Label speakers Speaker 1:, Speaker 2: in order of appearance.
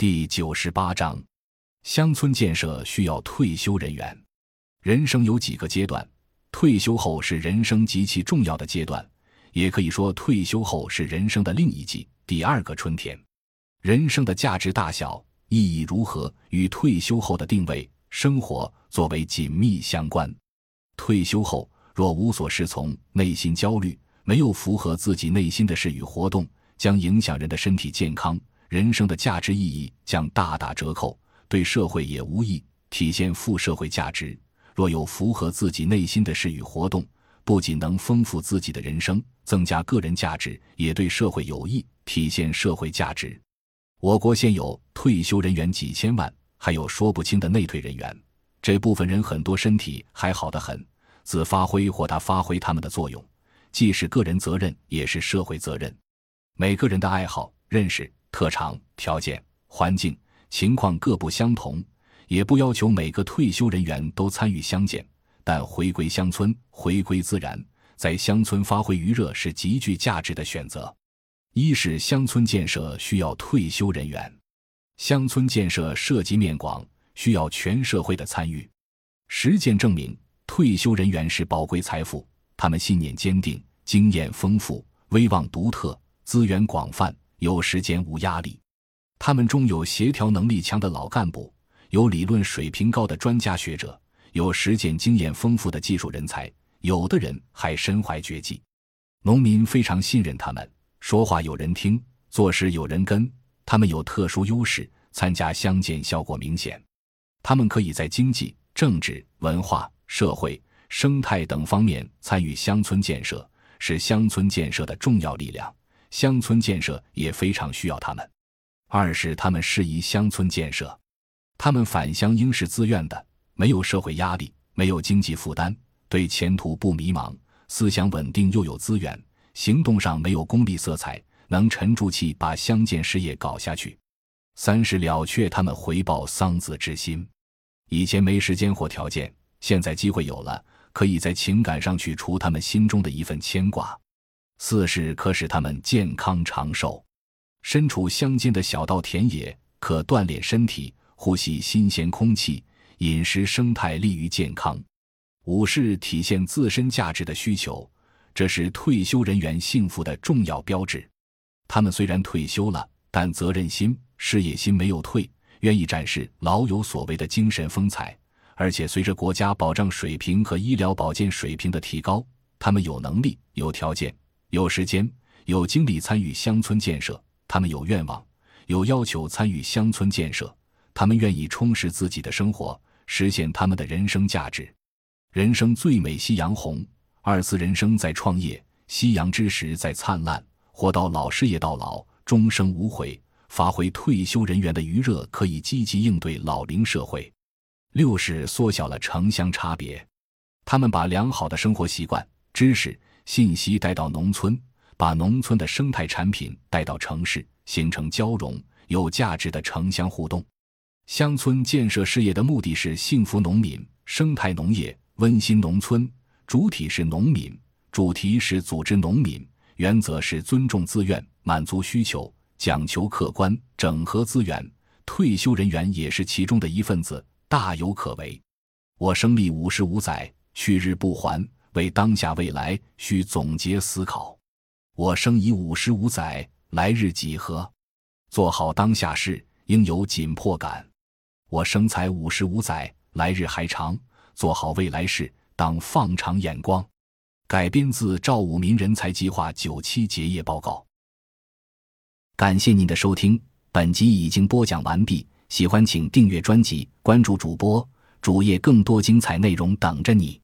Speaker 1: 第98章，乡村建设需要退休人员。人生有几个阶段，退休后是人生极其重要的阶段，也可以说退休后是人生的另一季，第二个春天。人生的价值大小、意义如何，与退休后的定位、生活作为紧密相关。退休后若无所适从，内心焦虑，没有符合自己内心的事与活动，将影响人的身体健康，人生的价值意义将大打折扣，对社会也无益，体现负社会价值。若有符合自己内心的事与活动，不仅能丰富自己的人生，增加个人价值，也对社会有益，体现社会价值。我国现有退休人员几千万，还有说不清的内退人员，这部分人很多身体还好得很，自发挥或他发挥他们的作用，既是个人责任，也是社会责任。每个人的爱好、认识、特长、条件、环境、情况各不相同，也不要求每个退休人员都参与乡建，但回归乡村，回归自然，在乡村发挥余热是极具价值的选择。一是乡村建设需要退休人员。乡村建设涉及面广，需要全社会的参与。实践证明，退休人员是宝贵财富，他们信念坚定，经验丰富，威望独特，资源广泛，有时间无压力。他们中有协调能力强的老干部，有理论水平高的专家学者，有实践经验丰富的技术人才，有的人还身怀绝技。农民非常信任他们，说话有人听，做事有人跟，他们有特殊优势，参加乡建效果明显。他们可以在经济、政治、文化、社会、生态等方面参与乡村建设，是乡村建设的重要力量，乡村建设也非常需要他们。二是他们适宜乡村建设。他们返乡应是自愿的，没有社会压力，没有经济负担，对前途不迷茫，思想稳定又有资源，行动上没有功利色彩，能沉住气把乡建事业搞下去。三是了却他们回报桑梓之心。以前没时间或条件，现在机会有了，可以在情感上去除他们心中的一份牵挂。四是可使他们健康长寿。身处乡间的小道田野，可锻炼身体，呼吸新鲜空气，饮食生态利于健康。五是体现自身价值的需求，这是退休人员幸福的重要标志。他们虽然退休了，但责任心、事业心没有退，愿意展示老有所为的精神风采，而且随着国家保障水平和医疗保健水平的提高，他们有能力、有条件、有时间、有精力参与乡村建设，他们有愿望、有要求参与乡村建设，他们愿意充实自己的生活，实现他们的人生价值。人生最美夕阳红，二次人生在创业，夕阳之时在灿烂，活到老事业到老，终生无悔，发挥退休人员的余热，可以积极应对老龄社会。六是缩小了城乡差别。他们把良好的生活习惯、知识、信息带到农村，把农村的生态产品带到城市，形成交融、有价值的城乡互动。乡村建设事业的目的是幸福农民、生态农业、温馨农村，主体是农民，主题是组织农民，原则是尊重自愿、满足需求，讲求客观，整合资源。退休人员也是其中的一份子，大有可为。我生历55载，去日不还，为当下未来需总结思考。我生已55载，来日几何？做好当下事，应有紧迫感。我生才55载，来日还长，做好未来事，当放长眼光。改编自赵武民人才计划9期结业报告。感谢您的收听，本集已经播讲完毕，喜欢请订阅专辑，关注主播，主页更多精彩内容等着你。